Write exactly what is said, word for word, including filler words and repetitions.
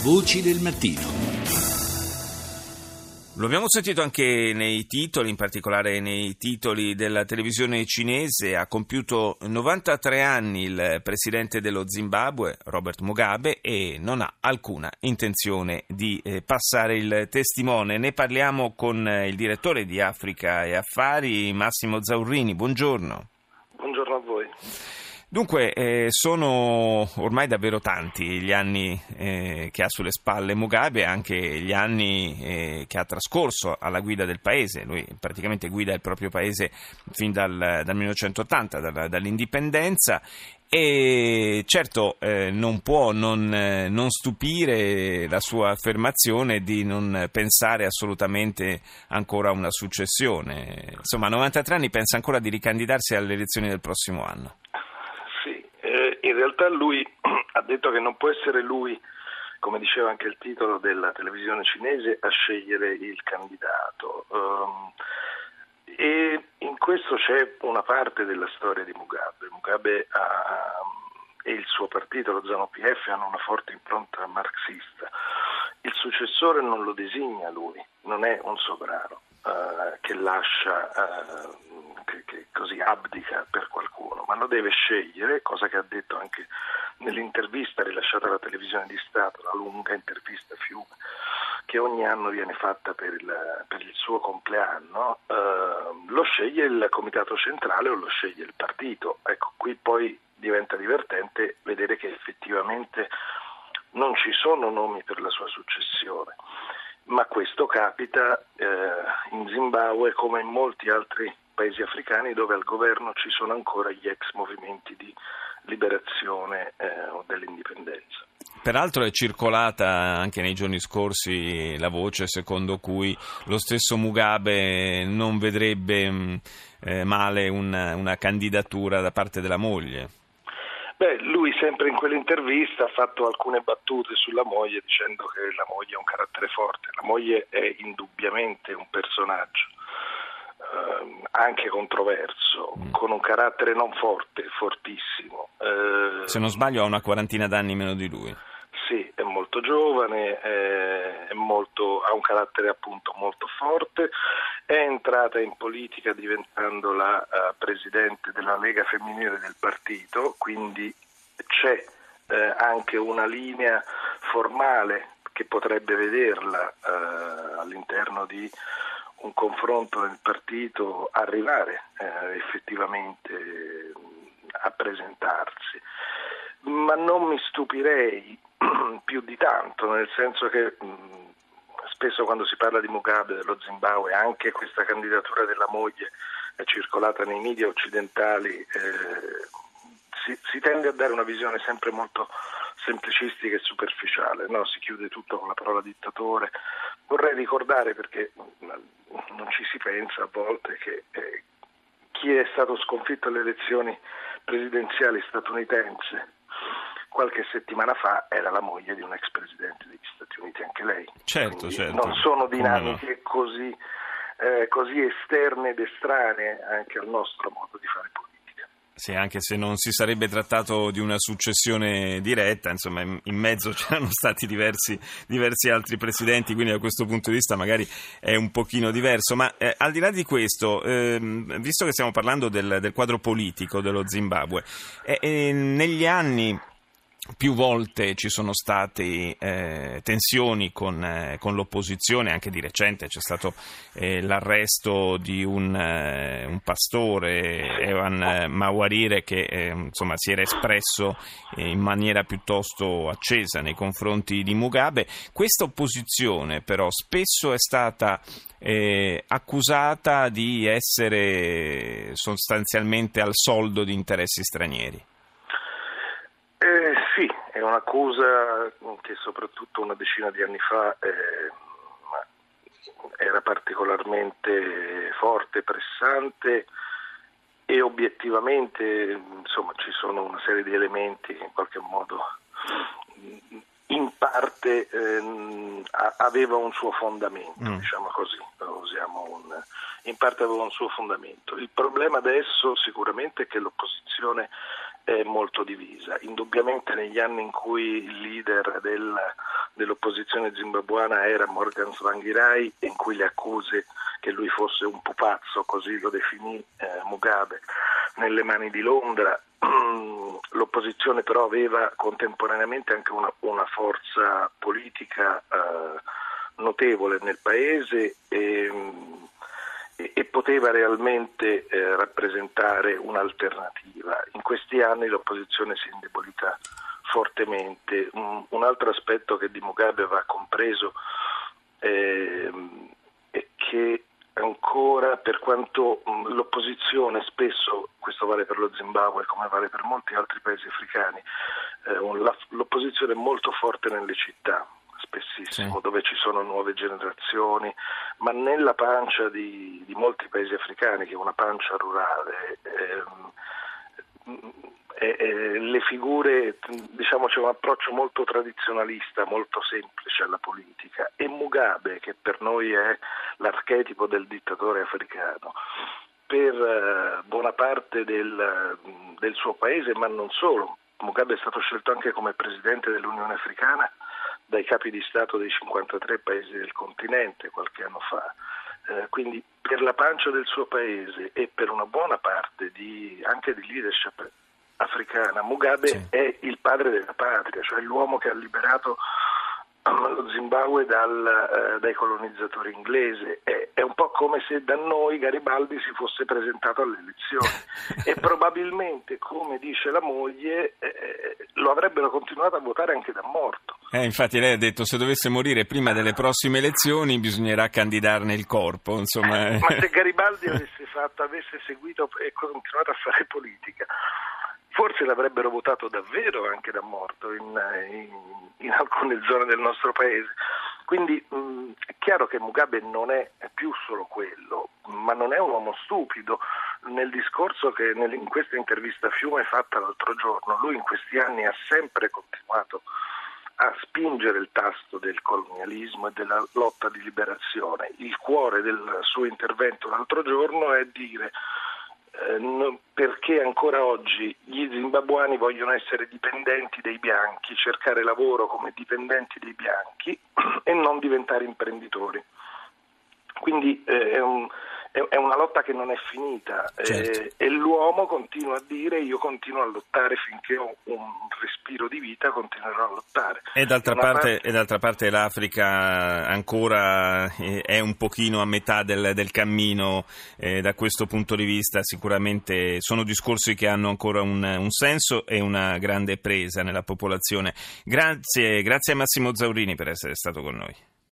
Voci del mattino. Lo abbiamo sentito anche nei titoli, in particolare nei titoli della televisione cinese. Ha compiuto novantatré anni il presidente dello Zimbabwe, Robert Mugabe, e non ha alcuna intenzione di eh, passare il testimone. Ne parliamo con il direttore di Africa e Affari, Massimo Zaurrini. Buongiorno. Buongiorno a voi. Dunque, eh, sono ormai davvero tanti gli anni eh, che ha sulle spalle Mugabe, anche gli anni eh, che ha trascorso alla guida del paese. Lui praticamente guida il proprio paese fin dal, dal millenovecentottanta, dal, dall'indipendenza, e certo eh, non può non, eh, non stupire la sua affermazione di non pensare assolutamente ancora a una successione. Insomma, a novantatré anni pensa ancora di ricandidarsi alle elezioni del prossimo anno. In realtà lui ha detto che non può essere lui, come diceva anche il titolo della televisione cinese, a scegliere il candidato. Um, e in questo c'è una parte della storia di Mugabe. Mugabe ha, e il suo partito, lo ZANU-P F, hanno una forte impronta marxista. Il successore non lo designa lui, non è un sovrano uh, che lascia... Uh, Che, che così abdica per qualcuno, ma lo deve scegliere, cosa che ha detto anche nell'intervista rilasciata alla televisione di Stato, la lunga intervista Fiume, che ogni anno viene fatta per il, per il suo compleanno. Eh, lo sceglie il comitato centrale o lo sceglie il partito. Ecco, qui poi diventa divertente vedere che effettivamente non ci sono nomi per la sua successione, ma questo capita eh, in Zimbabwe come in molti altri paesi africani dove al governo ci sono ancora gli ex movimenti di liberazione eh, o dell'indipendenza. Peraltro è circolata anche nei giorni scorsi la voce secondo cui lo stesso Mugabe non vedrebbe eh, male una, una candidatura da parte della moglie. Beh, lui sempre in quell'intervista ha fatto alcune battute sulla moglie dicendo che la moglie ha un carattere forte. La moglie è indubbiamente un personaggio eh, anche controverso, mm. con un carattere non forte, fortissimo. Eh, Se non sbaglio ha una quarantina d'anni meno di lui. Sì, è molto giovane, è, è molto, ha un carattere appunto molto forte, è entrata in politica diventando la uh, presidente della Lega Femminile del partito, quindi c'è eh, anche una linea formale che potrebbe vederla uh, all'interno di un confronto nel partito arrivare eh, effettivamente a presentarsi. Ma non mi stupirei più di tanto, nel senso che mh, spesso quando si parla di Mugabe, dello Zimbabwe, anche questa candidatura della moglie è circolata nei media occidentali, eh, si, si tende a dare una visione sempre molto semplicistica e superficiale, no? Si chiude tutto con la parola dittatore. Vorrei ricordare, perché non ci si pensa a volte, che eh, chi è stato sconfitto alle elezioni presidenziali statunitense qualche settimana fa era la moglie di un ex presidente degli Stati Uniti, anche lei. Certo, certo. Non sono dinamiche no? così, eh, così esterne ed estranee anche al nostro modo di fare politica. Sì, anche se non si sarebbe trattato di una successione diretta, insomma, in mezzo c'erano stati diversi, diversi altri presidenti, quindi da questo punto di vista magari è un pochino diverso. Ma eh, al di là di questo, ehm, visto che stiamo parlando del, del quadro politico dello Zimbabwe, eh, eh, negli anni più volte ci sono state eh, tensioni con, eh, con l'opposizione, anche di recente c'è stato eh, l'arresto di un, eh, un pastore, Evan Mawarire, che eh, insomma si era espresso eh, in maniera piuttosto accesa nei confronti di Mugabe. Questa opposizione però spesso è stata eh, accusata di essere sostanzialmente al soldo di interessi stranieri. Eh, sì, è un'accusa che soprattutto una decina di anni fa eh, era particolarmente forte, pressante, e obiettivamente insomma ci sono una serie di elementi che in qualche modo in parte eh, aveva un suo fondamento, mm. diciamo così, usiamo un, in parte aveva un suo fondamento. Il problema adesso sicuramente è che l'opposizione è molto divisa. Indubbiamente negli anni in cui il leader del dell'opposizione zimbabuana era Morgan Tsvangirai, in cui le accuse che lui fosse un pupazzo, così lo definì eh, Mugabe, nelle mani di Londra. L'opposizione però aveva contemporaneamente anche una, una forza politica eh, notevole nel paese e, e, e poteva realmente eh, rappresentare un'alternativa. In questi anni l'opposizione si è indebolita fortemente. Un, un altro aspetto che di Mugabe va compreso eh, è che ancora, per quanto mh, l'opposizione spesso, questo vale per lo Zimbabwe come vale per molti altri paesi africani, eh, un, la, l'opposizione è molto forte nelle città, spessissimo, sì, dove ci sono nuove generazioni, ma nella pancia di, di molti paesi africani, che è una pancia rurale, ehm, E, e le figure, diciamo, c'è un approccio molto tradizionalista, molto semplice alla politica, e Mugabe, che per noi è l'archetipo del dittatore africano, per uh, buona parte del, del suo paese, ma non solo. Mugabe è stato scelto anche come presidente dell'Unione Africana dai capi di Stato dei cinquantatré paesi del continente qualche anno fa. Eh, quindi per la pancia del suo paese e per una buona parte di, anche di leadership africana, Mugabe sì. è il padre della patria, cioè l'uomo che ha liberato lo Zimbabwe dal, eh, dai colonizzatori inglesi. È, è un po' come se da noi Garibaldi si fosse presentato alle elezioni e probabilmente, come dice la moglie, eh, lo avrebbero continuato a votare anche da morto. Eh, infatti lei ha detto: se dovesse morire prima delle prossime elezioni bisognerà candidarne il corpo, insomma. Eh, ma se Garibaldi avesse fatto, avesse seguito e continuato a fare politica, forse l'avrebbero votato davvero anche da morto in, in, in alcune zone del nostro paese. Quindi mh, è chiaro che Mugabe non è più solo quello, ma non è un uomo stupido. Nel discorso che nel, in questa intervista a Fiume fatta l'altro giorno, lui in questi anni ha sempre continuato a spingere il tasto del colonialismo e della lotta di liberazione. Il cuore del suo intervento l'altro giorno è dire Eh, no, perché ancora oggi gli zimbabuani vogliono essere dipendenti dei bianchi, cercare lavoro come dipendenti dei bianchi e non diventare imprenditori. Quindi eh, è, un, è, è una lotta che non è finita, certo. eh, e l'uomo continua a dire: io continuo a lottare finché ho un respiro di vita, continuerò a lottare. E d'altra, parte, parte... E d'altra parte l'Africa ancora è un pochino a metà del, del cammino, eh, da questo punto di vista sicuramente sono discorsi che hanno ancora un, un senso e una grande presa nella popolazione. Grazie, grazie a Massimo Zaurini per essere stato con noi.